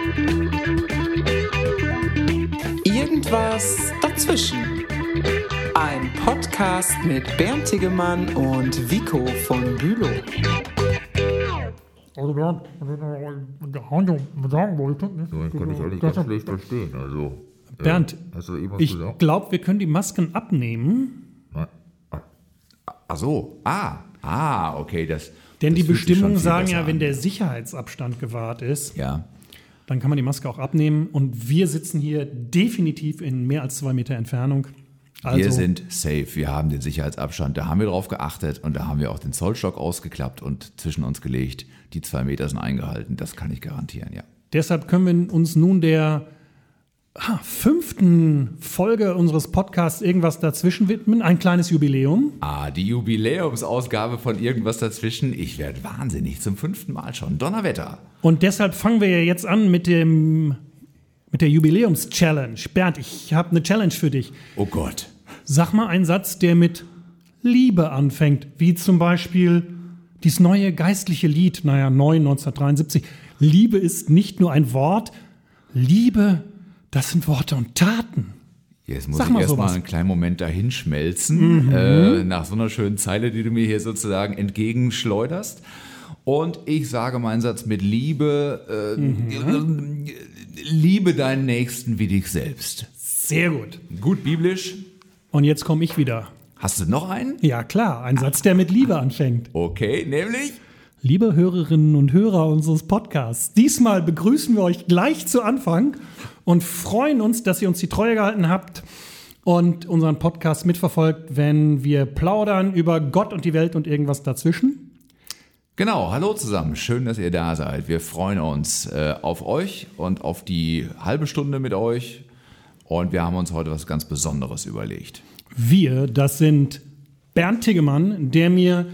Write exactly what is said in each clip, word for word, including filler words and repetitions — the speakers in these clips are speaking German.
Irgendwas dazwischen. Ein Podcast mit Bernd Tiggemann und Vico von Bülow. Also Bernd, was ich sagen wollte, So, ich kann dich eigentlich ganz schlecht verstehen. Also, Bernd, äh, hast du irgendwas ich gesagt? glaube, wir können die Masken abnehmen, Ach so, ah, ah, okay, das. denn das die fühlt sich Bestimmungen schon viel sagen besser ja, wenn an. der Sicherheitsabstand gewahrt ist, Ja, dann kann man die Maske auch abnehmen. Und wir sitzen hier definitiv in mehr als zwei Meter Entfernung. Also, wir sind safe, wir haben den Sicherheitsabstand, da haben wir drauf geachtet und da haben wir auch den Zollstock ausgeklappt und zwischen uns gelegt. Die zwei Meter sind eingehalten, das kann ich garantieren, ja. deshalb können wir uns nun der ah, fünften Folge unseres Podcasts Irgendwas dazwischen widmen. Ein kleines Jubiläum. Ah, die Jubiläumsausgabe von Irgendwas dazwischen. Ich werde wahnsinnig, zum fünften Mal schon. Donnerwetter. Und deshalb fangen wir ja jetzt an mit dem mit der Jubiläums-Challenge. Bernd, ich habe eine Challenge für dich. Oh Gott. Sag mal einen Satz, der mit Liebe anfängt, wie zum Beispiel dieses neue geistliche Lied, naja, neu, neunzehnhundertdreiundsiebzig. Liebe ist nicht nur ein Wort, Liebe, das sind Worte und Taten. Jetzt muss Sag ich mal erst mal sowas. einen kleinen Moment dahin schmelzen, äh, nach so einer schönen Zeile, die du mir hier sozusagen entgegenschleuderst. Und ich sage meinen Satz mit Liebe, äh, liebe deinen Nächsten wie dich selbst. Sehr gut. Gut biblisch. Und jetzt komme ich wieder. Hast du noch einen? Ja, klar, ein Satz, der mit Liebe anfängt. Okay, nämlich? Liebe Hörerinnen und Hörer unseres Podcasts, diesmal begrüßen wir euch gleich zu Anfang und freuen uns, dass ihr uns die Treue gehalten habt und unseren Podcast mitverfolgt, wenn wir plaudern über Gott und die Welt und irgendwas dazwischen. Genau, hallo zusammen, schön, dass ihr da seid. Wir freuen uns äh, auf euch und auf die halbe Stunde mit euch. Und wir haben uns heute was ganz Besonderes überlegt. Wir, das sind Bernd Tiggemann, der mir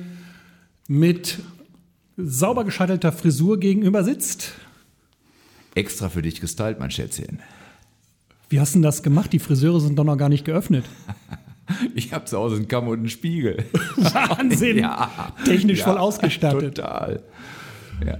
mit sauber gescheitelter Frisur gegenüber sitzt. Extra für dich gestylt, mein Schätzchen. Wie hast du denn das gemacht? Die Friseure sind doch noch gar nicht geöffnet. Ich habe zu Hause einen Kamm und einen Spiegel. Wahnsinn! Ja. Technisch Ja, voll ausgestattet. Total. Ja.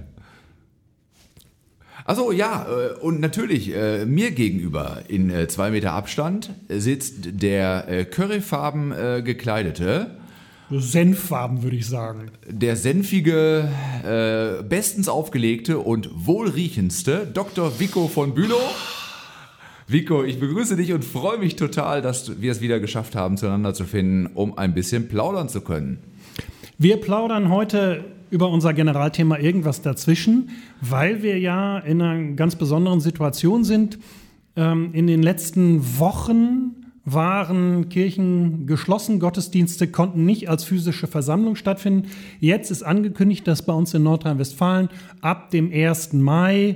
Also ja, äh, und natürlich äh, mir gegenüber in äh, zwei Meter Abstand sitzt der äh, curryfarben äh, gekleidete, Senffarben, würde ich sagen. der senfige, äh, bestens aufgelegte und wohlriechendste Doktor Vico von Bülow. Vico, ich begrüße dich und freue mich total, dass wir es wieder geschafft haben, zueinander zu finden, um ein bisschen plaudern zu können. Wir plaudern heute über unser Generalthema Irgendwas dazwischen, weil wir ja in einer ganz besonderen Situation sind. Ähm, in den letzten Wochen waren Kirchen geschlossen, Gottesdienste konnten nicht als physische Versammlung stattfinden. Jetzt ist angekündigt, dass bei uns in Nordrhein-Westfalen ab dem ersten Mai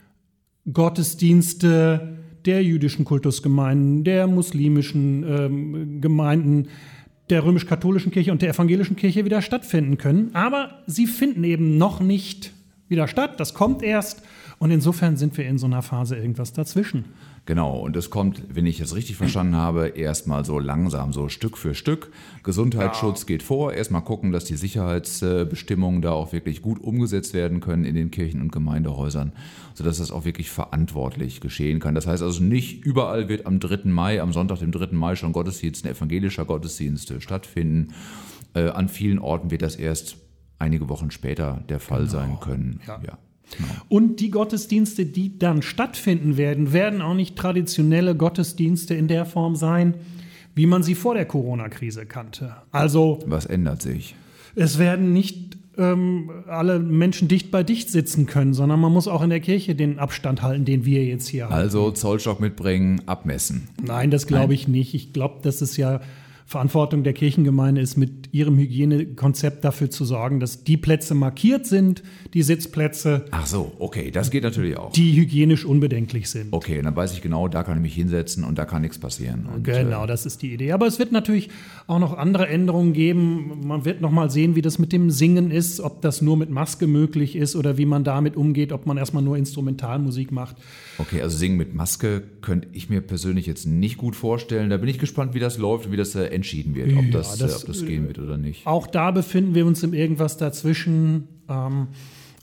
Gottesdienste der jüdischen Kultusgemeinden, der muslimischen ähm, Gemeinden, der römisch-katholischen Kirche und der evangelischen Kirche wieder stattfinden können. Aber sie finden eben noch nicht wieder statt. Das kommt erst. Und insofern sind wir in so einer Phase irgendwas dazwischen. Genau, und es kommt, wenn ich es richtig verstanden habe, erstmal so langsam, so Stück für Stück. Gesundheitsschutz geht vor. Erstmal gucken, dass die Sicherheitsbestimmungen da auch wirklich gut umgesetzt werden können in den Kirchen und Gemeindehäusern, sodass das auch wirklich verantwortlich geschehen kann. Das heißt also nicht überall wird am dritten Mai, am Sonntag, dem dritten Mai schon Gottesdienst, ein evangelischer Gottesdienst stattfinden. Äh, an vielen Orten wird das erst einige Wochen später der Fall sein können. Ja. Ja. Und die Gottesdienste, die dann stattfinden werden, werden auch nicht traditionelle Gottesdienste in der Form sein, wie man sie vor der Corona-Krise kannte. Also Was ändert sich? es werden nicht ähm, alle Menschen dicht bei dicht sitzen können, sondern man muss auch in der Kirche den Abstand halten, den wir jetzt hier haben. Also Zollstock mitbringen, abmessen. Nein, das glaube ich nicht. Ich glaube, dass es ja Verantwortung der Kirchengemeinde ist, mit ihrem Hygienekonzept dafür zu sorgen, dass die Plätze markiert sind, die Sitzplätze, Ach so, okay, das geht natürlich auch. die hygienisch unbedenklich sind. Okay, dann weiß ich genau, da kann ich mich hinsetzen und da kann nichts passieren. Und, Genau, äh, das ist die Idee. Aber es wird natürlich auch noch andere Änderungen geben. Man wird noch mal sehen, wie das mit dem Singen ist, ob das nur mit Maske möglich ist oder wie man damit umgeht, ob man erstmal nur Instrumentalmusik macht. Okay, also Singen mit Maske könnte ich mir persönlich jetzt nicht gut vorstellen. Da bin ich gespannt, wie das läuft und wie das äh, entschieden wird, ob, Ja, das, das, äh, ob das gehen wird oder nicht. Auch da befinden wir uns im Irgendwas dazwischen. Ähm,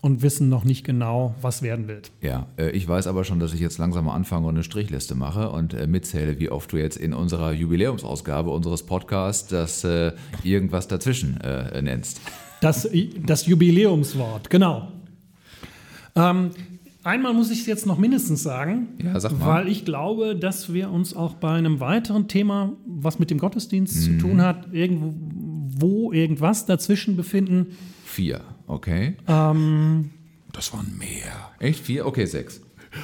und wissen noch nicht genau, was werden wird. Ja, äh, ich weiß aber schon, dass ich jetzt langsam mal anfange und eine Strichliste mache und äh, mitzähle, wie oft du jetzt in unserer Jubiläumsausgabe unseres Podcasts das äh, irgendwas dazwischen äh, nennst. Das, das Jubiläumswort, genau. Ähm, einmal muss ich es jetzt noch mindestens sagen, Ja, sag mal. weil ich glaube, dass wir uns auch bei einem weiteren Thema, was mit dem Gottesdienst Mhm. zu tun hat, irgendwo irgendwas dazwischen befinden. Vier, okay. Ähm, Das waren mehr. Echt? Vier? Okay, sechs.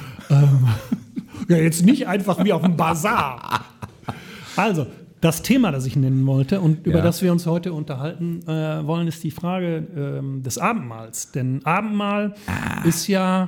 ja, jetzt nicht einfach wie auf dem Bazar. Also, das Thema, das ich nennen wollte und über Ja. das wir uns heute unterhalten äh, wollen, ist die Frage ähm, des Abendmahls. Denn Abendmahl Ah. ist ja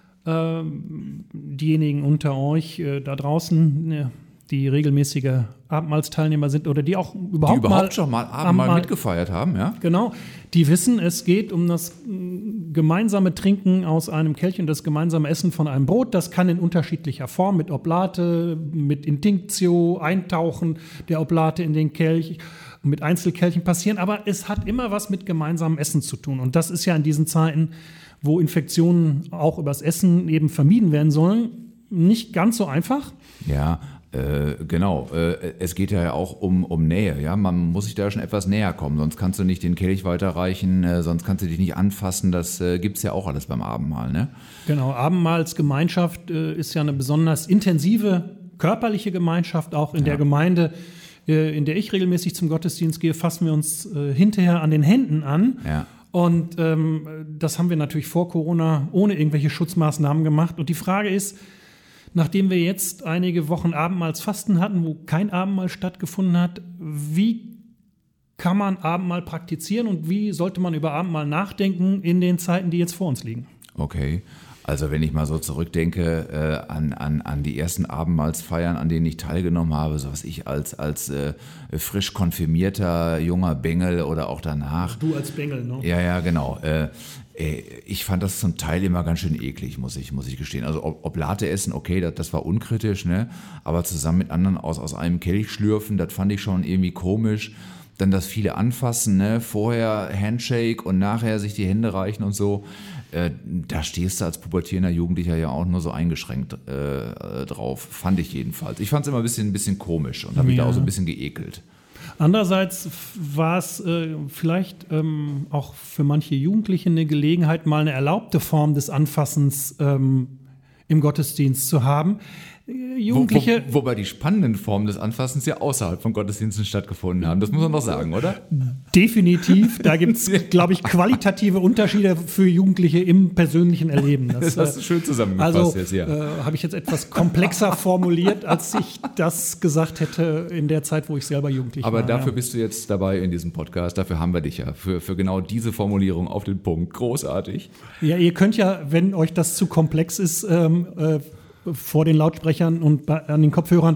ähm, diejenigen unter euch äh, da draußen, ne, die regelmäßige Abendmahlsteilnehmer sind oder die auch überhaupt, Die überhaupt mal schon mal Abendmahl Abendmahl- mitgefeiert haben, ja? Genau, die wissen, es geht um das mm, gemeinsame Trinken aus einem Kelch und das gemeinsame Essen von einem Brot. Das kann in unterschiedlicher Form mit Oblate, mit Intinktio, Eintauchen der Oblate in den Kelch, mit Einzelkelchen passieren. Aber es hat immer was mit gemeinsamem Essen zu tun. Und das ist ja in diesen Zeiten, wo Infektionen auch übers Essen eben vermieden werden sollen, nicht ganz so einfach. Ja, äh, genau. Äh, es geht ja auch um, um Nähe. Ja? Man muss sich da schon etwas näher kommen, sonst kannst du nicht den Kelch weiterreichen, äh, sonst kannst du dich nicht anfassen. Das äh, gibt es ja auch alles beim Abendmahl. Ne? Genau, Abendmahlsgemeinschaft äh, ist ja eine besonders intensive körperliche Gemeinschaft, auch in Ja. der Gemeinde, äh, in der ich regelmäßig zum Gottesdienst gehe, fassen wir uns äh, hinterher an den Händen an. Ja. Und ähm, das haben wir natürlich vor Corona ohne irgendwelche Schutzmaßnahmen gemacht. Und die Frage ist, nachdem wir jetzt einige Wochen Abendmahlsfasten hatten, wo kein Abendmahl stattgefunden hat, wie kann man Abendmahl praktizieren und wie sollte man über Abendmahl nachdenken in den Zeiten, die jetzt vor uns liegen? Okay. Also wenn ich mal so zurückdenke äh, an, an, an die ersten Abendmahlsfeiern, an denen ich teilgenommen habe, so was ich als, als äh, frisch konfirmierter junger Bengel oder auch danach. Du als Bengel, ne? Ja, ja, genau. Äh, äh, ich fand das zum Teil immer ganz schön eklig, muss ich, muss ich gestehen. Also Ob- Oblate essen, okay, das, das war unkritisch, ne? Aber zusammen mit anderen aus, aus einem Kelch schlürfen, das fand ich schon irgendwie komisch. Dann das viele anfassen, ne? Vorher Handshake und nachher sich die Hände reichen und so. Äh, da stehst du als pubertierender Jugendlicher ja auch nur so eingeschränkt äh, drauf, fand ich jedenfalls. Ich fand es immer ein bisschen, ein bisschen komisch und habe mich Ja. da auch so ein bisschen geekelt. Andererseits f- war es äh, vielleicht ähm, auch für manche Jugendliche eine Gelegenheit, mal eine erlaubte Form des Anfassens ähm, im Gottesdienst zu haben. Äh, Jugendliche, Wo, wo, wobei die spannenden Formen des Anfassens ja außerhalb von Gottesdiensten stattgefunden haben. Das muss man doch sagen, oder? definitiv, da gibt es, glaube ich, qualitative Unterschiede für Jugendliche im persönlichen Erleben. Das hast du schön zusammengefasst Also jetzt, ja. äh, habe ich jetzt etwas komplexer formuliert, als ich das gesagt hätte in der Zeit, wo ich selber jugendlich Aber war. dafür ja. bist du jetzt dabei in diesem Podcast. Dafür haben wir dich ja. Für, für genau diese Formulierung auf den Punkt. Großartig. Ja, ihr könnt ja, wenn euch das zu komplex ist, ähm, äh, vor den Lautsprechern und bei, an den Kopfhörern,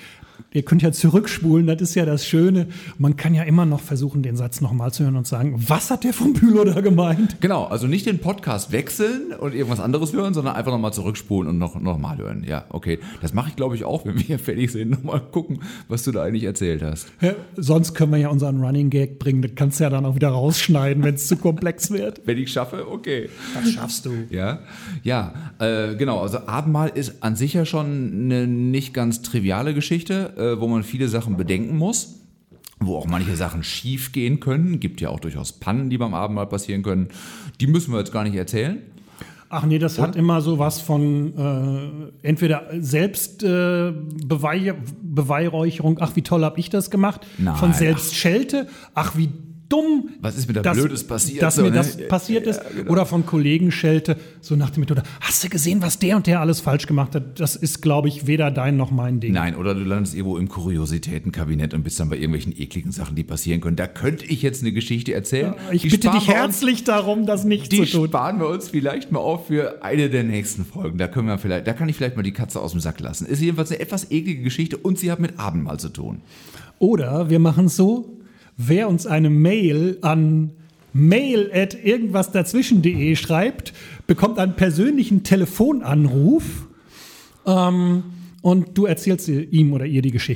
ihr könnt ja zurückspulen, das ist ja das Schöne. Man kann ja immer noch versuchen, den Satz nochmal zu hören und sagen, was hat der von Bülow da gemeint? Genau, also nicht den Podcast wechseln und irgendwas anderes hören, sondern einfach nochmal zurückspulen und noch, noch mal hören. Ja, okay. Das mache ich, glaube ich, auch, wenn wir hier fertig sind. Nochmal gucken, was du da eigentlich erzählt hast. Ja, sonst können wir ja unseren Running Gag bringen, das kannst du ja dann auch wieder rausschneiden, wenn es zu komplex wird. Wenn ich schaffe, okay. Das schaffst du. Ja, ja, äh, genau. Also Abendmahl ist an sich ja schon eine nicht ganz triviale Geschichte, äh, wo man viele Sachen bedenken muss, wo auch manche Sachen schief gehen können. Gibt ja auch durchaus Pannen, die beim Abendmahl passieren können. Die müssen wir jetzt gar nicht erzählen. Ach nee, das hat immer so was von äh, entweder selbst äh, Beweih Beweihräucherung, ach wie toll habe ich das gemacht, Nein, von Selbstschelte, ach wie dumm, Was ist mir da dass, Blödes passiert? dass So, mir ne? das passiert ist, Ja, genau. oder von Kollegenschelte, so nach dem Methode, hast du gesehen, was der und der alles falsch gemacht hat? Das ist, glaube ich, weder dein noch mein Ding. Nein, oder du landest irgendwo im Kuriositätenkabinett und bist dann bei irgendwelchen ekligen Sachen, die passieren können. Da könnte ich jetzt eine Geschichte erzählen. Ich Die bitte sparen dich wir uns- herzlich darum, das nicht Die zu tun. sparen wir uns vielleicht mal auf für eine der nächsten Folgen. Da können wir vielleicht, da kann ich vielleicht mal die Katze aus dem Sack lassen. Ist jedenfalls eine etwas eklige Geschichte und sie hat mit Abendmahl zu tun. Oder wir machen es so, wer uns eine Mail an mail at irgendwas dazwischen.de schreibt, bekommt einen persönlichen Telefonanruf ähm, und du erzählst ihm oder ihr die Geschichte.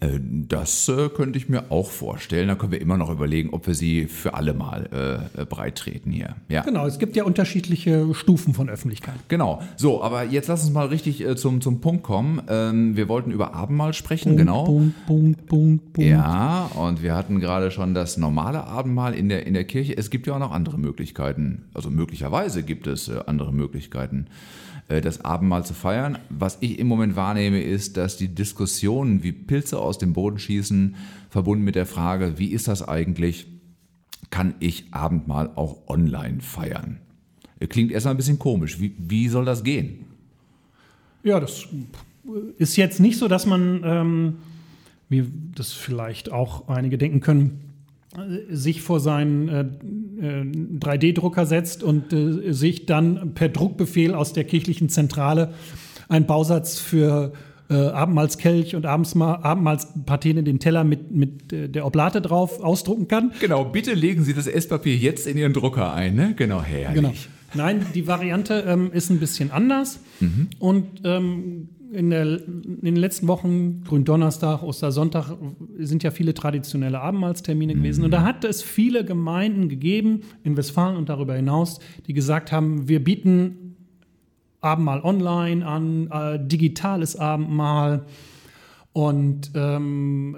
Das äh, könnte ich mir auch vorstellen. Da können wir immer noch überlegen, ob wir sie für alle mal äh, breit treten hier. Ja. Genau, es gibt ja unterschiedliche Stufen von Öffentlichkeit. Genau. So, aber jetzt lass uns mal richtig äh, zum, zum Punkt kommen. Ähm, wir wollten über Abendmahl sprechen, Punkt, genau. Punkt, Punkt, Punkt, Punkt. Ja, und wir hatten gerade schon das normale Abendmahl in der, in der Kirche. Es gibt ja auch noch andere Möglichkeiten. Also möglicherweise gibt es äh, andere Möglichkeiten, das Abendmahl zu feiern. Was ich im Moment wahrnehme, ist, dass die Diskussionen wie Pilze aus dem Boden schießen, verbunden mit der Frage, wie ist das eigentlich, kann ich Abendmahl auch online feiern? Klingt erstmal ein bisschen komisch. Wie, wie soll das gehen? Ja, das ist jetzt nicht so, dass man, ähm, wie das vielleicht auch einige denken können, sich vor seinen äh, äh, drei D Drucker setzt und äh, sich dann per Druckbefehl aus der kirchlichen Zentrale einen Bausatz für äh, Abendmahlskelch und Abendsma- Abendmahlspartien in den Teller mit, mit äh, der Oblate drauf ausdrucken kann. Genau, bitte legen Sie das Esspapier jetzt in Ihren Drucker ein, ne? Genau, herrlich. Genau. Nein, die Variante ähm, ist ein bisschen anders mhm. und ähm, In, der, in den letzten Wochen, Gründonnerstag, Ostersonntag, sind ja viele traditionelle Abendmahlstermine gewesen. Und da hat es viele Gemeinden gegeben, in Westfalen und darüber hinaus, die gesagt haben, wir bieten Abendmahl online an, äh, digitales Abendmahl und ähm,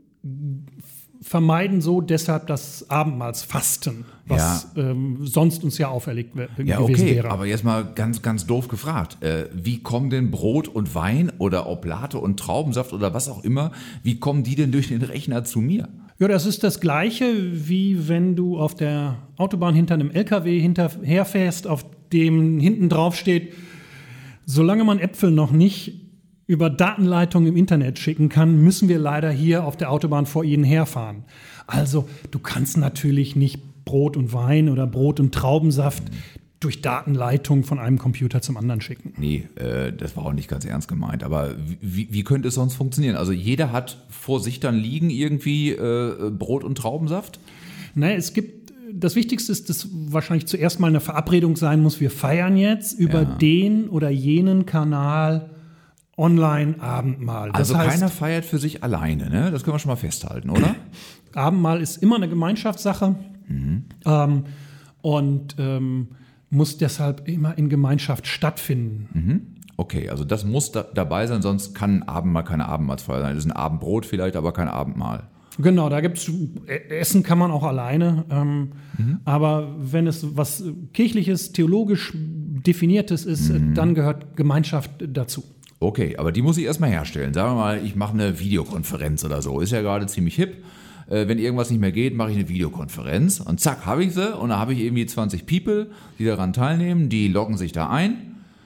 vermeiden so deshalb das Abendmahlsfasten, was ja. ähm, sonst uns ja auferlegt w- ja, gewesen okay. wäre. Aber jetzt mal ganz, ganz doof gefragt. Äh, wie kommen denn Brot und Wein oder Oblate und Traubensaft oder was auch immer, wie kommen die denn durch den Rechner zu mir? Ja, das ist das Gleiche, wie wenn du auf der Autobahn hinter einem L K W hinterherfährst, auf dem hinten drauf steht, solange man Äpfel noch nicht über Datenleitungen im Internet schicken kann, müssen wir leider hier auf der Autobahn vor Ihnen herfahren. Also du kannst natürlich nicht Brot und Wein oder Brot und Traubensaft durch Datenleitung von einem Computer zum anderen schicken. Nee, äh, das war auch nicht ganz ernst gemeint. Aber wie, wie könnte es sonst funktionieren? Also jeder hat vor sich dann liegen irgendwie äh, Brot und Traubensaft? Naja, es gibt, das Wichtigste ist, dass wahrscheinlich zuerst mal eine Verabredung sein muss, wir feiern jetzt über ja. den oder jenen Kanal Online-Abendmahl. Das also heißt, keiner feiert für sich alleine, ne? Das können wir schon mal festhalten, oder? Abendmahl ist immer eine Gemeinschaftssache mhm. ähm, und ähm, muss deshalb immer in Gemeinschaft stattfinden. Mhm. Okay, also das muss da, dabei sein, sonst kann ein Abendmahl keine Abendmahlsfeier sein. Das ist ein Abendbrot vielleicht, aber kein Abendmahl. Genau, da gibt es, Essen kann man auch alleine, ähm, mhm. aber wenn es was kirchliches, theologisch definiertes ist, mhm. dann gehört Gemeinschaft dazu. Okay, aber die muss ich erstmal herstellen. Sagen wir mal, ich mache eine Videokonferenz oder so. Ist ja gerade ziemlich hip. Äh, wenn irgendwas nicht mehr geht, mache ich eine Videokonferenz. Und zack, habe ich sie. Und da habe ich irgendwie zwanzig People, die daran teilnehmen. Die loggen sich da ein.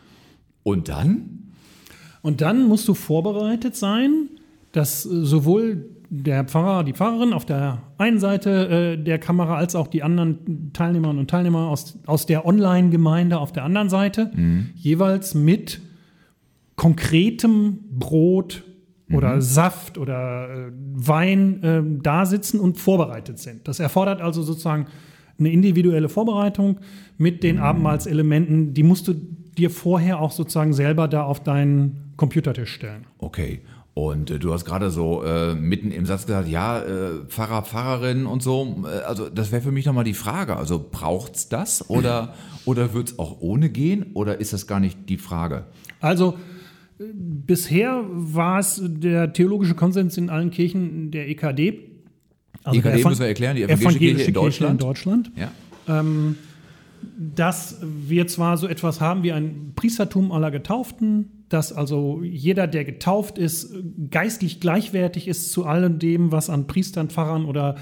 Und dann? Und dann musst du vorbereitet sein, dass sowohl der Pfarrer, die Pfarrerin auf der einen Seite äh, der Kamera als auch die anderen Teilnehmerinnen und Teilnehmer aus, aus der Online-Gemeinde auf der anderen Seite mhm. jeweils mit konkretem Brot oder mhm. Saft oder äh, Wein äh, da sitzen und vorbereitet sind. Das erfordert also sozusagen eine individuelle Vorbereitung mit den mhm. Abendmahlselementen. Die musst du dir vorher auch sozusagen selber da auf deinen Computertisch stellen. Okay. Und äh, du hast gerade so äh, mitten im Satz gesagt, ja, äh, Pfarrer, Pfarrerin und so. Äh, also das wäre für mich nochmal die Frage. Also braucht's das oder, oder wird es auch ohne gehen oder ist das gar nicht die Frage? Also bisher war es der theologische Konsens in allen Kirchen der E K D. Also E K D müssen wir erklären, die evangelische, evangelische Kirche in Deutschland. Kirche in Deutschland. Ja. Ähm, dass wir zwar so etwas haben wie ein Priestertum aller Getauften, dass also jeder, der getauft ist, geistlich gleichwertig ist zu allem dem, was an Priestern, Pfarrern oder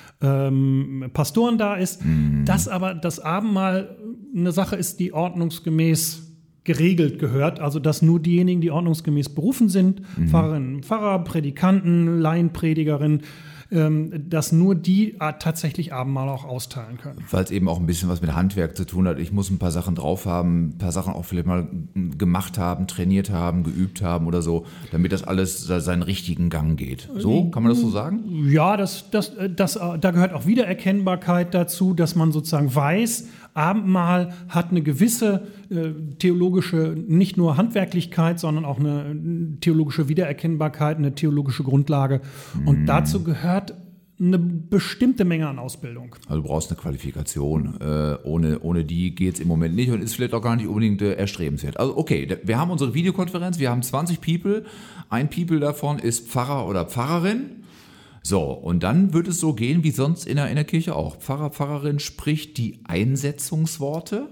ähm, Pastoren da ist. Mhm. Dass aber das Abendmahl eine Sache ist, die ordnungsgemäß geregelt gehört, also dass nur diejenigen, die ordnungsgemäß berufen sind, mhm. Pfarrerinnen, Pfarrer, Predikanten, Laienpredigerinnen, ähm, dass nur die äh, tatsächlich Abendmahl auch austeilen können. Weil es eben auch ein bisschen was mit Handwerk zu tun hat. Ich muss ein paar Sachen drauf haben, ein paar Sachen auch vielleicht mal gemacht haben, trainiert haben, geübt haben oder so, damit das alles seinen richtigen Gang geht. So, kann man das so sagen? Ja, das, das, das, da gehört auch Wiedererkennbarkeit dazu, dass man sozusagen weiß, Abendmahl hat eine gewisse äh, theologische, nicht nur Handwerklichkeit, sondern auch eine theologische Wiedererkennbarkeit, eine theologische Grundlage. Und dazu gehört eine bestimmte Menge an Ausbildung. Also du brauchst eine Qualifikation. Äh, ohne, ohne die geht es im Moment nicht und ist vielleicht auch gar nicht unbedingt äh, erstrebenswert. Also okay, wir haben unsere Videokonferenz, wir haben zwanzig People. Ein People davon ist Pfarrer oder Pfarrerin. So, und dann wird es so gehen wie sonst in der, in der Kirche auch. Pfarrer, Pfarrerin spricht die Einsetzungsworte,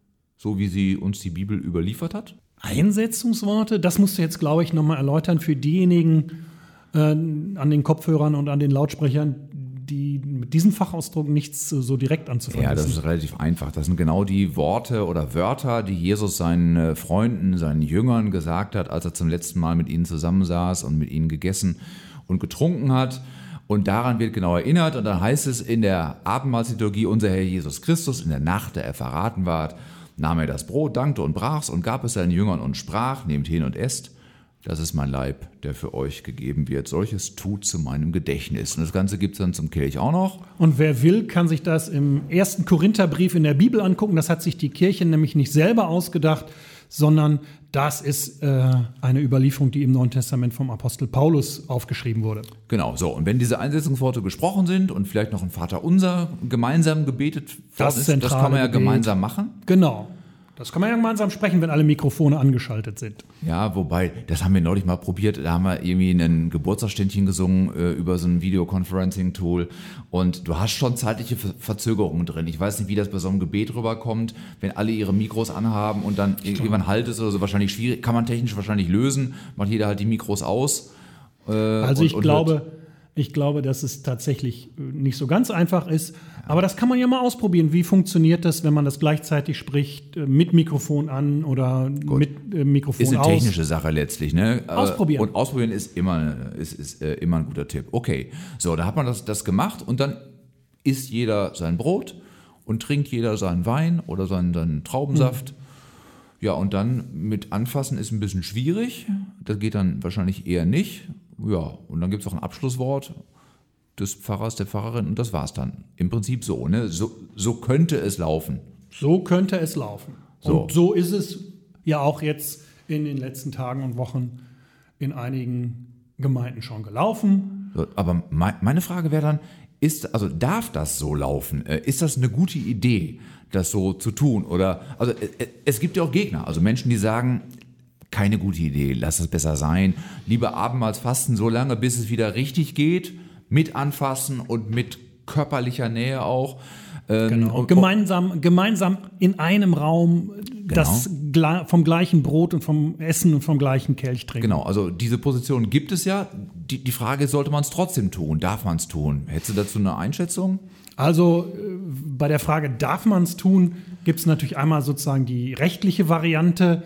so wie sie uns die Bibel überliefert hat. Einsetzungsworte, das musst du jetzt, glaube ich, nochmal erläutern für diejenigen äh, an den Kopfhörern und an den Lautsprechern, die mit diesem Fachausdruck nichts so direkt anzufangen Ja, das wissen. ist relativ einfach. Das sind genau die Worte oder Wörter, die Jesus seinen Freunden, seinen Jüngern gesagt hat, als er zum letzten Mal mit ihnen zusammensaß und mit ihnen gegessen und getrunken hat. Und daran wird genau erinnert. Und dann heißt es in der Abendmahlsliturgie, unser Herr Jesus Christus, in der Nacht, da er verraten ward, nahm er das Brot, dankte und brach's und gab es seinen Jüngern und sprach, nehmt hin und esst. Das ist mein Leib, der für euch gegeben wird. Solches tut zu meinem Gedächtnis. Und das Ganze gibt es dann zum Kelch auch noch. Und wer will, kann sich das im ersten Korintherbrief in der Bibel angucken. Das hat sich die Kirche nämlich nicht selber ausgedacht, sondern das ist äh, eine Überlieferung, die im Neuen Testament vom Apostel Paulus aufgeschrieben wurde. Genau, so. Und wenn diese Einsetzungsworte gesprochen sind und vielleicht noch ein Vaterunser gemeinsam gebetet Das worden ist, das kann man ja zentrale gemeinsam machen. Genau. Das kann man ja gemeinsam sprechen, wenn alle Mikrofone angeschaltet sind. Ja, wobei, das haben wir neulich mal probiert, da haben wir irgendwie ein Geburtstagsständchen gesungen äh, über so ein Videoconferencing-Tool und du hast schon zeitliche Ver- Verzögerungen drin. Ich weiß nicht, wie das bei so einem Gebet rüberkommt, wenn alle ihre Mikros anhaben und dann irgendwann halt ist oder so, wahrscheinlich schwierig, kann man technisch wahrscheinlich lösen, macht jeder halt die Mikros aus. Äh, Also und, ich und glaube, hört. ich glaube, dass es tatsächlich nicht so ganz einfach ist. Aber das kann man ja mal ausprobieren. Wie funktioniert das, wenn man das gleichzeitig spricht, mit Mikrofon an oder Gut. mit äh, Mikrofon Ist eine aus? technische Sache letztlich, ne? Ausprobieren. Und ausprobieren ist immer, ist, ist, äh, immer ein guter Tipp. Okay, so, da hat man das, das gemacht und dann isst jeder sein Brot und trinkt jeder seinen Wein oder seinen, seinen Traubensaft. Mhm. Ja, und dann mit Anfassen ist ein bisschen schwierig. Das geht dann wahrscheinlich eher nicht. Ja, und dann gibt es auch ein Abschlusswort des Pfarrers, der Pfarrerin und das war's dann. Im Prinzip so, ne? So, so könnte es laufen. So könnte es laufen. So. Und so ist es ja auch jetzt in den letzten Tagen und Wochen in einigen Gemeinden schon gelaufen. So, aber me- meine Frage wäre dann, ist, also darf das so laufen? Äh, Ist das eine gute Idee, das so zu tun? Oder, also äh, es gibt ja auch Gegner, also Menschen, die sagen, keine gute Idee, lass es besser sein. Lieber Abendmahlsfasten so lange, bis es wieder richtig geht, mit Anfassen und mit körperlicher Nähe auch. Ähm, Genau. und, Gemeinsam, gemeinsam in einem Raum das gle- vom gleichen Brot und vom Essen und vom gleichen Kelch trinken. Genau, also diese Position gibt es ja. Die, die Frage ist, sollte man es trotzdem tun? Darf man es tun? Hättest du dazu eine Einschätzung? Also äh, bei der Frage, darf man es tun, gibt es natürlich einmal sozusagen die rechtliche Variante.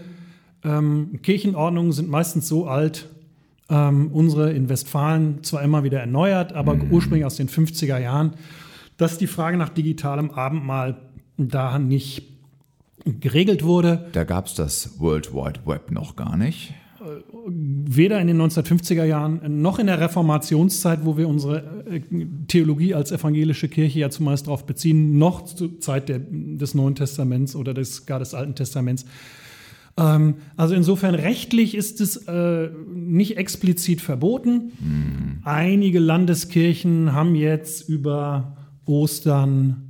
Ähm, Kirchenordnungen sind meistens so alt, ähm, unsere in Westfalen zwar immer wieder erneuert, aber mhm. ursprünglich aus den fünfziger Jahren, dass die Frage nach digitalem Abendmahl da nicht geregelt wurde. Da gab es das World Wide Web noch gar nicht. Weder in den neunzehnhundertfünfziger Jahren noch in der Reformationszeit, wo wir unsere Theologie als evangelische Kirche ja zumeist darauf beziehen, noch zur Zeit der, des Neuen Testaments oder des, gar des Alten Testaments. Ähm, also insofern rechtlich ist es äh, nicht explizit verboten. Mhm. Einige Landeskirchen haben jetzt über Ostern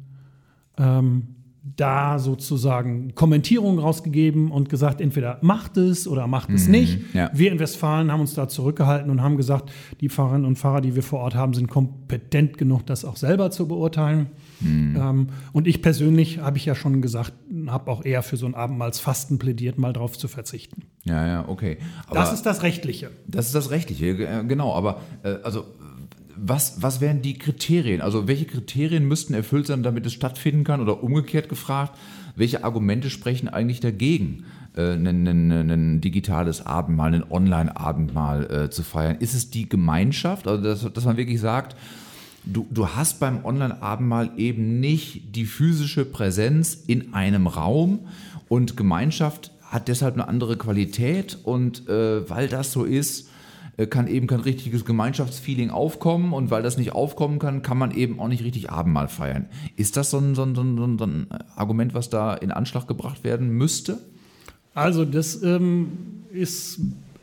ähm, da sozusagen Kommentierungen rausgegeben und gesagt, entweder macht es oder macht es mhm, nicht. Ja. Wir in Westfalen haben uns da zurückgehalten und haben gesagt, die Pfarrerinnen und Pfarrer, die wir vor Ort haben, sind kompetent genug, das auch selber zu beurteilen. Mhm. Ähm, und ich persönlich, habe ich ja schon gesagt, habe auch eher für so ein Abendmahlsfasten plädiert, mal drauf zu verzichten. Ja, ja, okay. Aber das ist das Rechtliche. Das ist das Rechtliche, äh, genau. Aber äh, also Was, was wären die Kriterien? Also welche Kriterien müssten erfüllt sein, damit es stattfinden kann? Oder umgekehrt gefragt, welche Argumente sprechen eigentlich dagegen, äh, ein, ein, ein digitales Abendmahl, ein Online-Abendmahl äh, zu feiern? Ist es die Gemeinschaft? Also dass, dass man wirklich sagt, du, du hast beim Online-Abendmahl eben nicht die physische Präsenz in einem Raum und Gemeinschaft hat deshalb eine andere Qualität und äh, weil das so ist, äh, kann eben kein richtiges Gemeinschaftsfeeling aufkommen und weil das nicht aufkommen kann, kann man eben auch nicht richtig Abendmahl feiern. Ist das so ein, so ein, so ein, so ein Argument, was da in Anschlag gebracht werden müsste? Also das ähm, ist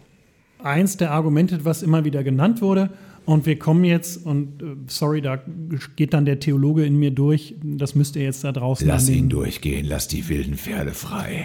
eins der Argumente, was immer wieder genannt wurde. Und wir kommen jetzt, und äh, sorry, da geht dann der Theologe in mir durch, das müsst ihr jetzt da draußen... Lass an den, ihn durchgehen, lass die wilden Pferde frei.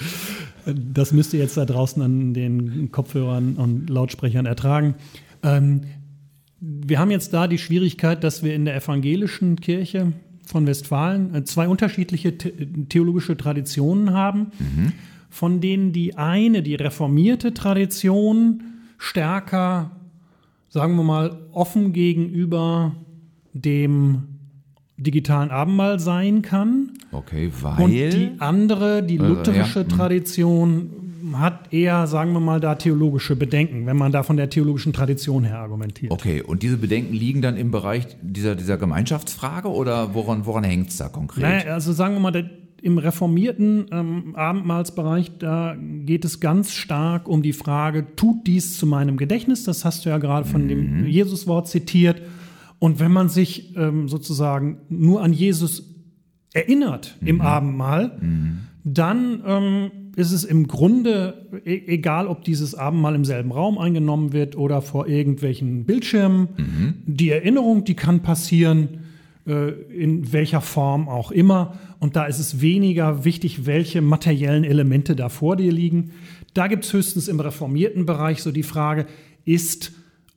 Das müsst ihr jetzt da draußen an den Kopfhörern und Lautsprechern ertragen. Ähm, wir haben jetzt da die Schwierigkeit, dass wir in der evangelischen Kirche von Westfalen äh, zwei unterschiedliche the- theologische Traditionen haben, mhm. von denen die eine, die reformierte Tradition, stärker, sagen wir mal, offen gegenüber dem digitalen Abendmahl sein kann. Okay, weil... Und die andere, die lutherische also, ja, Tradition, hat eher, sagen wir mal, da theologische Bedenken, wenn man da von der theologischen Tradition her argumentiert. Okay, und diese Bedenken liegen dann im Bereich dieser, dieser Gemeinschaftsfrage oder woran, woran hängt es da konkret? Naja, also sagen wir mal, der, im reformierten ähm, Abendmahlsbereich, da geht es ganz stark um die Frage, tut dies zu meinem Gedächtnis? Das hast du ja gerade von mhm. dem Jesuswort zitiert. Und wenn man sich ähm, sozusagen nur an Jesus erinnert mhm. im Abendmahl, mhm. dann ähm, ist es im Grunde e- egal, ob dieses Abendmahl im selben Raum eingenommen wird oder vor irgendwelchen Bildschirmen. Mhm. Die Erinnerung, die kann passieren, äh, in welcher Form auch immer. Und da ist es weniger wichtig, welche materiellen Elemente da vor dir liegen. Da gibt es höchstens im reformierten Bereich so die Frage, ist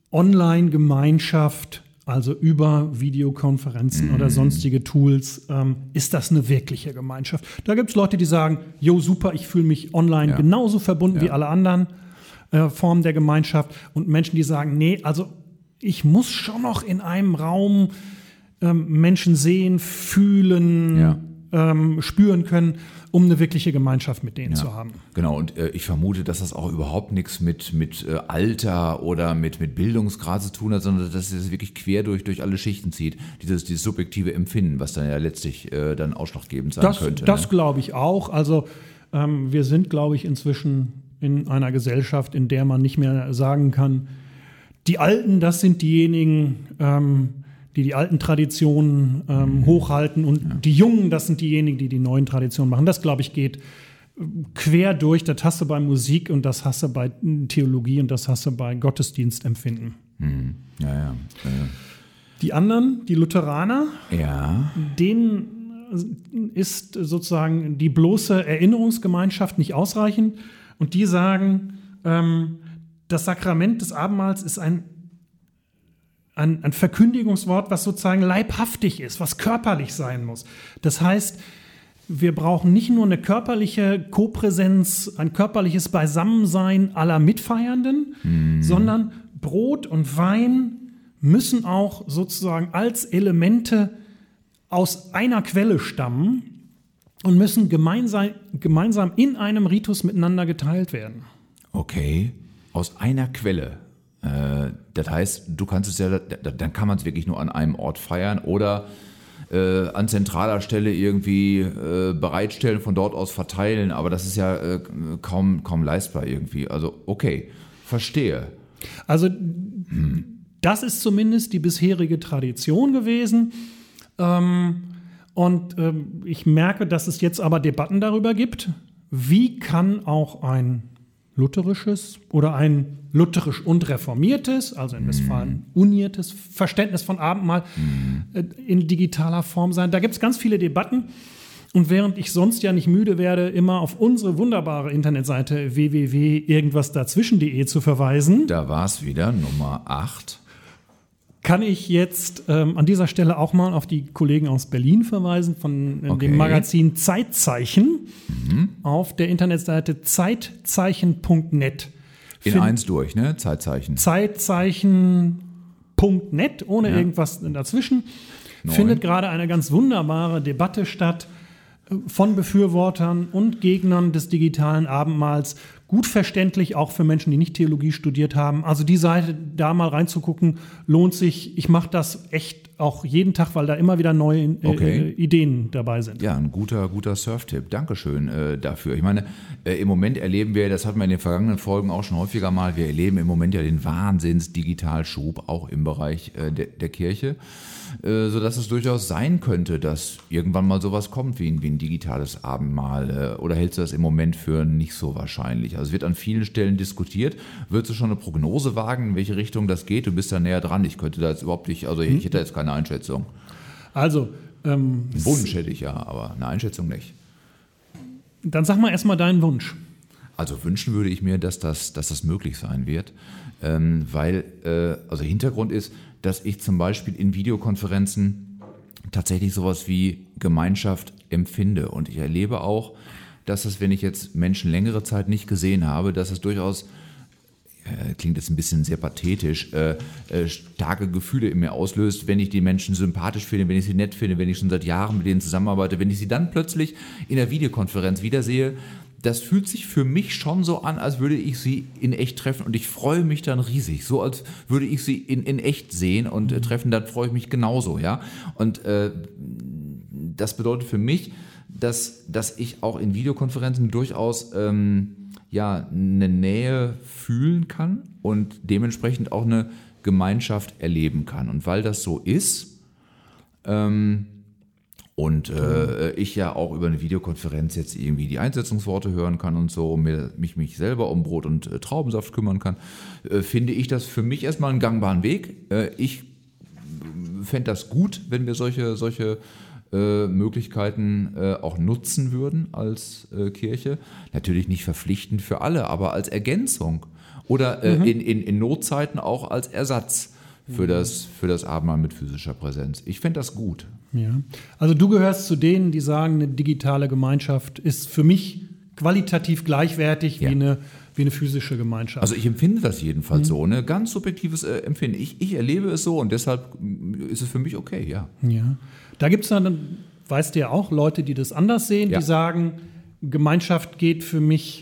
Online-Gemeinschaft, also über Videokonferenzen mhm. oder sonstige Tools, ähm, ist das eine wirkliche Gemeinschaft? Da gibt es Leute, die sagen, jo, super, ich fühle mich online ja. genauso verbunden ja. wie alle anderen äh, Formen der Gemeinschaft. Und Menschen, die sagen, nee, also ich muss schon noch in einem Raum ähm, Menschen sehen, fühlen, ja. ähm, spüren können, um eine wirkliche Gemeinschaft mit denen ja, zu haben. Genau, und äh, ich vermute, dass das auch überhaupt nichts mit, mit äh, Alter oder mit, mit Bildungsgrad zu tun hat, sondern dass es wirklich quer durch, durch alle Schichten zieht. Dieses, dieses subjektive Empfinden, was dann ja letztlich äh, dann ausschlaggebend sein das, könnte. Das ne? glaube ich auch. Also ähm, wir sind, glaube ich, inzwischen in einer Gesellschaft, in der man nicht mehr sagen kann, die Alten, das sind diejenigen, ähm, die die alten Traditionen ähm, hochhalten und ja. die Jungen, das sind diejenigen, die die neuen Traditionen machen. Das, glaube ich, geht quer durch. Das hast du bei Musik und das hast du bei Theologie und das hast du bei Gottesdienstempfinden. Hm. Ja, ja. Äh. Die anderen, die Lutheraner, ja. denen ist sozusagen die bloße Erinnerungsgemeinschaft nicht ausreichend und die sagen, ähm, das Sakrament des Abendmahls ist ein Ein, ein Verkündigungswort, was sozusagen leibhaftig ist, was körperlich sein muss. Das heißt, wir brauchen nicht nur eine körperliche Kopräsenz, ein körperliches Beisammensein aller Mitfeiernden, mhm. sondern Brot und Wein müssen auch sozusagen als Elemente aus einer Quelle stammen und müssen gemeinsam, gemeinsam in einem Ritus miteinander geteilt werden. Okay, aus einer Quelle. Das heißt, du kannst es ja, dann kann man es wirklich nur an einem Ort feiern oder äh, an zentraler Stelle irgendwie äh, bereitstellen, von dort aus verteilen, aber das ist ja äh, kaum, kaum leistbar irgendwie. Also okay, verstehe. Also hm. das ist zumindest die bisherige Tradition gewesen. Ähm, und ähm, ich merke, dass es jetzt aber Debatten darüber gibt, wie kann auch ein lutherisches oder ein lutherisch und reformiertes, also in Westfalen uniertes Verständnis von Abendmahl äh, in digitaler Form sein. Da gibt es ganz viele Debatten. Und während ich sonst ja nicht müde werde, immer auf unsere wunderbare Internetseite w w w punkt irgendwas dazwischen punkt de zu verweisen. Da war es wieder, Nummer acht. Kann ich jetzt ähm, an dieser Stelle auch mal auf die Kollegen aus Berlin verweisen, von äh, okay. dem Magazin Zeitzeichen, mhm. auf der Internetseite zeitzeichen punkt net. In Find, eins durch, ne? Zeitzeichen. Zeitzeichen punkt net, ohne ja. irgendwas dazwischen. Neun. Findet gerade eine ganz wunderbare Debatte statt von Befürwortern und Gegnern des digitalen Abendmahls. Gut verständlich, auch für Menschen, die nicht Theologie studiert haben. Also die Seite, da mal reinzugucken, lohnt sich. Ich mache das echt auch jeden Tag, weil da immer wieder neue äh, Okay. Ideen dabei sind. Ja, ein guter, guter Surf-Tipp. Dankeschön äh, dafür. Ich meine, äh, im Moment erleben wir, das hatten wir in den vergangenen Folgen auch schon häufiger mal, wir erleben im Moment ja den Wahnsinns-Digitalschub, auch im Bereich äh, der, der Kirche, äh, sodass es durchaus sein könnte, dass irgendwann mal sowas kommt wie ein, wie ein digitales Abendmahl. Äh, oder hältst du das im Moment für nicht so wahrscheinlich? Also es wird an vielen Stellen diskutiert. Würdest du schon eine Prognose wagen, in welche Richtung das geht? Du bist da näher dran. Ich könnte da jetzt überhaupt nicht, also ich hätte jetzt keine Einschätzung. Also, ähm, Einen Wunsch hätte ich ja, aber eine Einschätzung nicht. dann sag mal erstmal deinen Wunsch. Also wünschen würde ich mir, dass das, dass das möglich sein wird, ähm, weil, äh, also Hintergrund ist, dass ich zum Beispiel in Videokonferenzen tatsächlich sowas wie Gemeinschaft empfinde. Und ich erlebe auch, dass es, wenn ich jetzt Menschen längere Zeit nicht gesehen habe, dass es durchaus, äh, klingt jetzt ein bisschen sehr pathetisch, äh, äh, starke Gefühle in mir auslöst, wenn ich die Menschen sympathisch finde, wenn ich sie nett finde, wenn ich schon seit Jahren mit denen zusammenarbeite, wenn ich sie dann plötzlich in der Videokonferenz wiedersehe. Das fühlt sich für mich schon so an, als würde ich sie in echt treffen und ich freue mich dann riesig, so als würde ich sie in, in echt sehen und äh, treffen, dann freue ich mich genauso, ja. Und äh, das bedeutet für mich, dass, dass ich auch in Videokonferenzen durchaus ähm, ja, eine Nähe fühlen kann und dementsprechend auch eine Gemeinschaft erleben kann. Und weil das so ist, ähm, und äh, ich ja auch über eine Videokonferenz jetzt irgendwie die Einsetzungsworte hören kann und so, mir, mich, mich selber um Brot und äh, Traubensaft kümmern kann, äh, finde ich das für mich erstmal einen gangbaren Weg. Äh, ich fände das gut, wenn wir solche, solche äh, Möglichkeiten äh, auch nutzen würden als äh, Kirche. Natürlich nicht verpflichtend für alle, aber als Ergänzung oder äh, mhm. in, in, in Notzeiten auch als Ersatz für das, für das Abendmahl mit physischer Präsenz. Ich fände das gut. Ja. Also du gehörst zu denen, die sagen, eine digitale Gemeinschaft ist für mich qualitativ gleichwertig Ja. wie, eine, wie eine physische Gemeinschaft. Also ich empfinde das jedenfalls mhm. so, ne? Ganz subjektives äh, Empfinden. Ich, ich erlebe es so und deshalb ist es für mich okay, ja. Ja. Da gibt es dann, weißt du ja auch, Leute, die das anders sehen, Ja. die sagen, Gemeinschaft geht für mich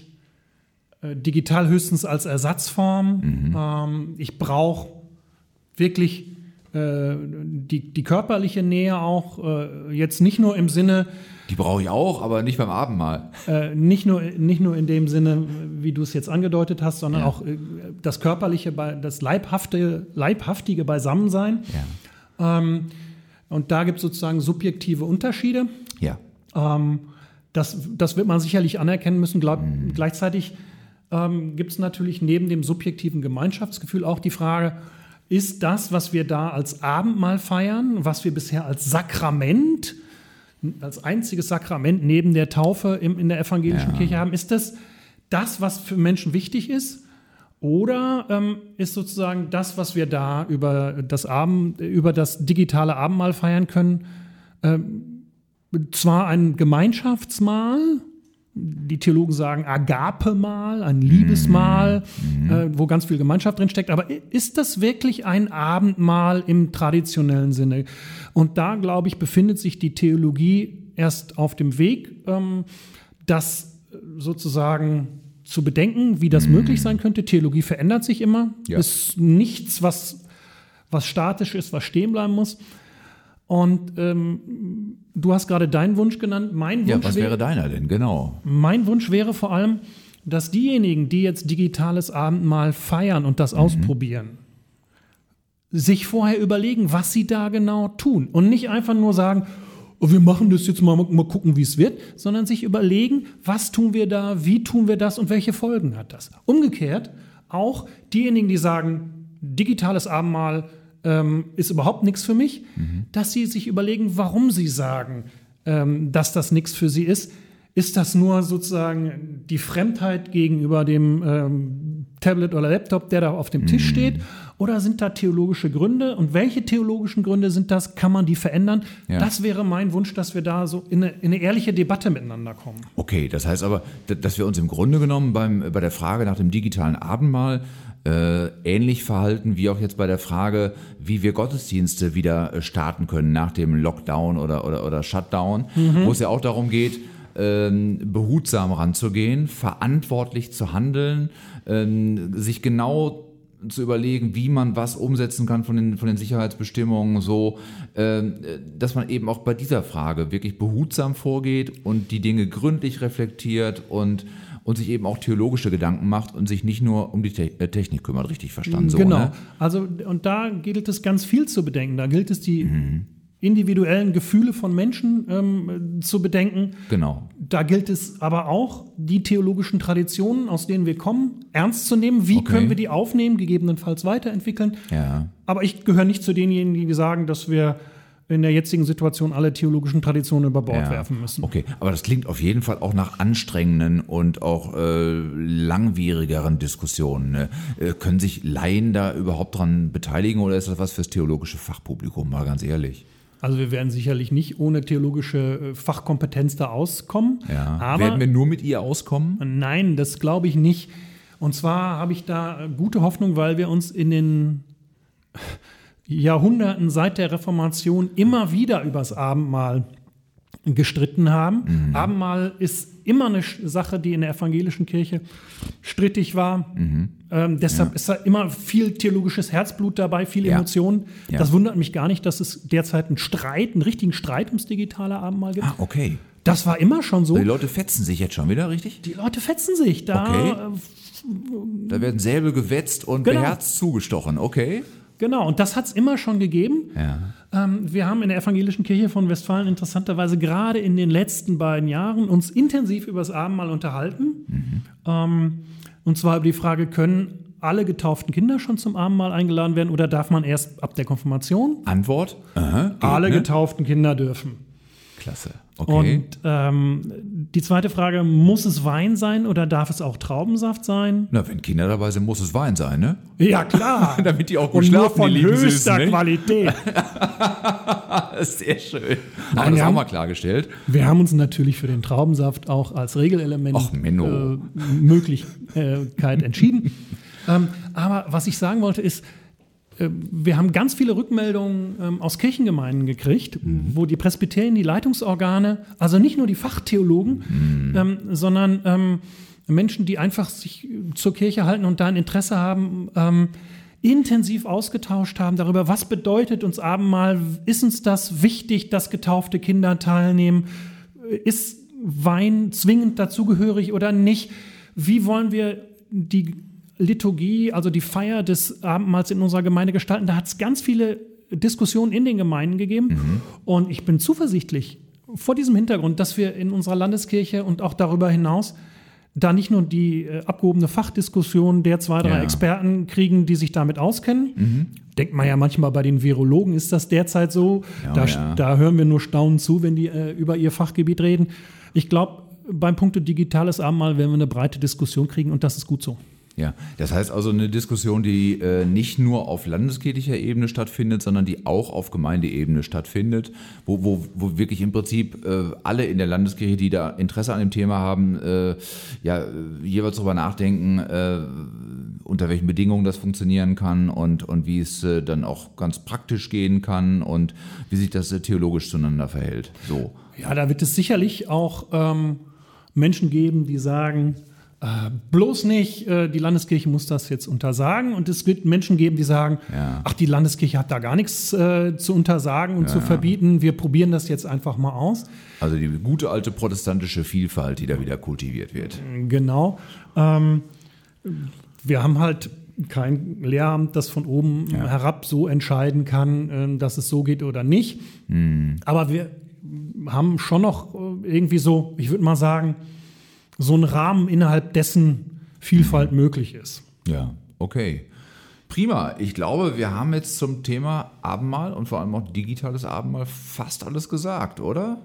äh, digital höchstens als Ersatzform. Mhm. Ähm, ich brauche wirklich äh, die, die körperliche Nähe auch, äh, jetzt nicht nur im Sinne, Die brauche ich auch, aber nicht beim Abendmahl. äh, nicht, nur, nicht nur in dem Sinne, wie du es jetzt angedeutet hast, sondern Ja. auch äh, das körperliche, das leibhafte, leibhaftige Beisammensein. Ja. Ähm, und da gibt es sozusagen subjektive Unterschiede. Ja. Ähm, das, das wird man sicherlich anerkennen müssen. Glaub, mhm. Gleichzeitig ähm, gibt es natürlich neben dem subjektiven Gemeinschaftsgefühl auch die Frage, ist das, was wir da als Abendmahl feiern, was wir bisher als Sakrament, als einziges Sakrament neben der Taufe im, in der evangelischen Ja. Kirche haben, ist das das, was für Menschen wichtig ist? Oder ähm, ist sozusagen das, was wir da über das, Abend, über das digitale Abendmahl feiern können, ähm, zwar ein Gemeinschaftsmahl, die Theologen sagen Agape-Mahl, ein Liebesmahl, mhm. äh, wo ganz viel Gemeinschaft drin steckt. Aber ist das wirklich ein Abendmahl im traditionellen Sinne? Und da, glaube ich, befindet sich die Theologie erst auf dem Weg, ähm, das sozusagen zu bedenken, wie das mhm. möglich sein könnte. Theologie verändert sich immer. Ja. Ist nichts, was, was statisch ist, was stehen bleiben muss. Und ähm, du hast gerade deinen Wunsch genannt. Mein Wunsch Ja, was wäre, wäre deiner denn? Genau. mein Wunsch wäre vor allem, dass diejenigen, die jetzt digitales Abendmahl feiern und das mhm. ausprobieren, sich vorher überlegen, was sie da genau tun. Und nicht einfach nur sagen, oh, wir machen das jetzt mal, mal gucken, wie es wird, sondern sich überlegen, was tun wir da, wie tun wir das und welche Folgen hat das. Umgekehrt auch diejenigen, die sagen, digitales Abendmahl ähm, ist überhaupt nichts für mich, mhm. dass sie sich überlegen, warum sie sagen, ähm, dass das nichts für sie ist. Ist das nur sozusagen die Fremdheit gegenüber dem ähm, Tablet oder Laptop, der da auf dem Tisch steht? Oder sind da theologische Gründe? Und welche theologischen Gründe sind das? Kann man die verändern? Ja. Das wäre mein Wunsch, dass wir da so in eine, in eine ehrliche Debatte miteinander kommen. Okay, das heißt aber, dass wir uns im Grunde genommen beim, bei der Frage nach dem digitalen Abendmahl äh, ähnlich verhalten wie auch jetzt bei der Frage, wie wir Gottesdienste wieder starten können nach dem Lockdown oder, oder, oder Shutdown, mhm. wo es ja auch darum geht, behutsam ranzugehen, verantwortlich zu handeln, sich genau zu überlegen, wie man was umsetzen kann von den, von den Sicherheitsbestimmungen, so, äh, dass man eben auch bei dieser Frage wirklich behutsam vorgeht und die Dinge gründlich reflektiert und, und sich eben auch theologische Gedanken macht und sich nicht nur um die Te- Technik kümmert, richtig verstanden. So, genau, ne? also und da gilt es ganz viel zu bedenken. Da gilt es die Mhm. individuellen Gefühle von Menschen ähm, zu bedenken. Genau. Da gilt es aber auch, die theologischen Traditionen, aus denen wir kommen, ernst zu nehmen. Wie Okay. können wir die aufnehmen, gegebenenfalls weiterentwickeln? Ja. Aber ich gehöre nicht zu denjenigen, die sagen, dass wir in der jetzigen Situation alle theologischen Traditionen über Bord Ja. werfen müssen. Okay, aber das klingt auf jeden Fall auch nach anstrengenden und auch äh, langwierigeren Diskussionen. Ne? Äh, können sich Laien da überhaupt dran beteiligen oder ist das was fürs theologische Fachpublikum, mal ganz ehrlich? Also wir werden sicherlich nicht ohne theologische äh, Fachkompetenz da auskommen. Ja. Aber Werden wir nur mit ihr auskommen? nein, das glaube ich nicht. Und zwar habe ich da gute Hoffnung, weil wir uns in den Jahrhunderten seit der Reformation immer wieder übers Abendmahl gestritten haben. Mhm. Abendmahl ist immer eine Sch- Sache, die in der evangelischen Kirche strittig war. Mhm. Ähm, deshalb Ja. ist da immer viel theologisches Herzblut dabei, viele Ja. Emotionen. Ja. Das wundert mich gar nicht, dass es derzeit einen Streit, einen richtigen Streit ums digitale Abendmahl gibt. Ah, okay. Das war immer schon so. Die Leute fetzen sich jetzt schon wieder, richtig? Die Leute fetzen sich da. Okay. äh, Da werden Säbel gewetzt und Genau. beherzt zugestochen, okay? Genau, und das hat es immer schon gegeben. Ja. Ähm, wir haben in der evangelischen Kirche von Westfalen interessanterweise gerade in den letzten beiden Jahren uns intensiv über das Abendmahl unterhalten. Mhm. Ähm, und zwar über die Frage, können alle getauften Kinder schon zum Abendmahl eingeladen werden oder darf man erst ab der Konfirmation? Antwort? Aha, geht, Alle ne? getauften Kinder dürfen. Klasse, okay. Und ähm, die zweite Frage, muss es Wein sein oder darf es auch Traubensaft sein? Na, wenn Kinder dabei sind, muss es Wein sein, ne? Ja, klar. Damit die auch gut Und nur schlafen, von die lieben höchster Süßen, nicht? Qualität. Sehr schön. Nein, Haben wir das wir auch haben- mal klargestellt? Wir haben uns natürlich für den Traubensaft auch als Regelelement Ach, Menno. äh, Möglichkeit entschieden. ähm, aber was ich sagen wollte ist, äh, wir haben ganz viele Rückmeldungen ähm, aus Kirchengemeinden gekriegt, wo die Presbyterien, die Leitungsorgane, also nicht nur die Fachtheologen, ähm, sondern ähm, Menschen, die einfach sich zur Kirche halten und da ein Interesse haben, ähm, intensiv ausgetauscht haben darüber, was bedeutet uns Abendmahl, ist uns das wichtig, dass getaufte Kinder teilnehmen, ist Wein zwingend dazugehörig oder nicht, wie wollen wir die Liturgie, also die Feier des Abendmahls in unserer Gemeinde gestalten. Da hat es ganz viele Diskussionen in den Gemeinden gegeben Mhm. und ich bin zuversichtlich vor diesem Hintergrund, dass wir in unserer Landeskirche und auch darüber hinaus da nicht nur die äh, abgehobene Fachdiskussion der zwei, drei Ja. Experten kriegen, die sich damit auskennen. Mhm. Denkt man ja manchmal bei den Virologen ist das derzeit so. Ja, da, ja. da hören wir nur staunend zu, wenn die äh, über ihr Fachgebiet reden. Ich glaube, beim Punkt digitales Abendmahl werden wir eine breite Diskussion kriegen und das ist gut so. Ja, das heißt also eine Diskussion, die äh, nicht nur auf landeskirchlicher Ebene stattfindet, sondern die auch auf Gemeindeebene stattfindet, wo, wo, wo wirklich im Prinzip äh, alle in der Landeskirche, die da Interesse an dem Thema haben, äh, ja, äh, jeweils darüber nachdenken, äh, unter welchen Bedingungen das funktionieren kann und, und wie es äh, dann auch ganz praktisch gehen kann und wie sich das äh, theologisch zueinander verhält. So. Ja, da wird es sicherlich auch ähm, Menschen geben, die sagen, Äh, bloß nicht, äh, die Landeskirche muss das jetzt untersagen. Und es wird Menschen geben, die sagen, Ja. ach, die Landeskirche hat da gar nichts äh, zu untersagen und Ja. zu verbieten. Wir probieren das jetzt einfach mal aus. Also die gute alte protestantische Vielfalt, die da wieder kultiviert wird. Genau. Ähm, wir haben halt kein Lehramt, das von oben Ja. herab so entscheiden kann, äh, dass es so geht oder nicht. Hm. Aber wir haben schon noch äh, irgendwie so, ich würde mal sagen, so einen Rahmen, innerhalb dessen Vielfalt möglich ist. Ja, okay. Prima. Ich glaube, wir haben jetzt zum Thema Abendmahl und vor allem auch digitales Abendmahl fast alles gesagt, oder?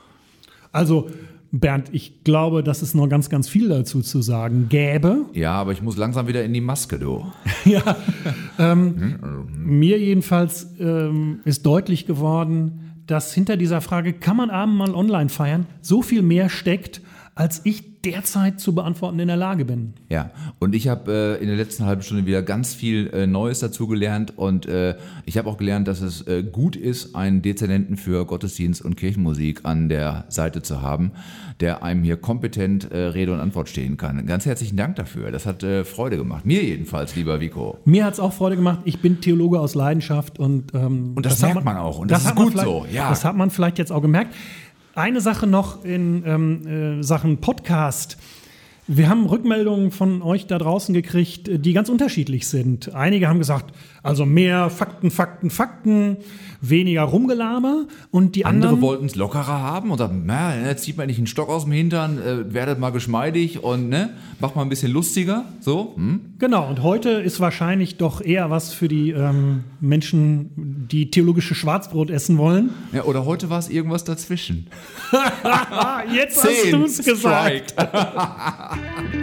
Also, Bernd, ich glaube, dass es noch ganz, ganz viel dazu zu sagen gäbe. Ja, aber ich muss langsam wieder in die Maske, du. Ja, ähm, mir jedenfalls ähm, ist deutlich geworden, dass hinter dieser Frage, kann man Abendmahl online feiern, so viel mehr steckt als ich derzeit zu beantworten in der Lage bin. Ja, und ich habe äh, in der letzten halben Stunde wieder ganz viel äh, Neues dazu gelernt und äh, ich habe auch gelernt, dass es äh, gut ist, einen Dezernenten für Gottesdienst und Kirchenmusik an der Seite zu haben, der einem hier kompetent äh, Rede und Antwort stehen kann. Ganz herzlichen Dank dafür. Das hat äh, Freude gemacht. Mir jedenfalls, lieber Vico. Mir hat es auch Freude gemacht. Ich bin Theologe aus Leidenschaft und ähm, und das, das merkt man, man auch und das, das ist gut so. Ja. Das hat man vielleicht jetzt auch gemerkt. Eine Sache noch in ähm, äh, Sachen Podcast. Wir haben Rückmeldungen von euch da draußen gekriegt, die ganz unterschiedlich sind. Einige haben gesagt, also mehr Fakten, Fakten, Fakten, weniger Rumgelaber. Und die Andere anderen wollten es lockerer haben und sagen, na, jetzt zieht man nicht einen Stock aus dem Hintern, äh, werdet mal geschmeidig und ne, macht mal ein bisschen lustiger. So. Hm? Genau, und heute ist wahrscheinlich doch eher was für die ähm, Menschen, die theologische Schwarzbrot essen wollen. Ja, oder heute war es irgendwas dazwischen. Jetzt hast du es gesagt.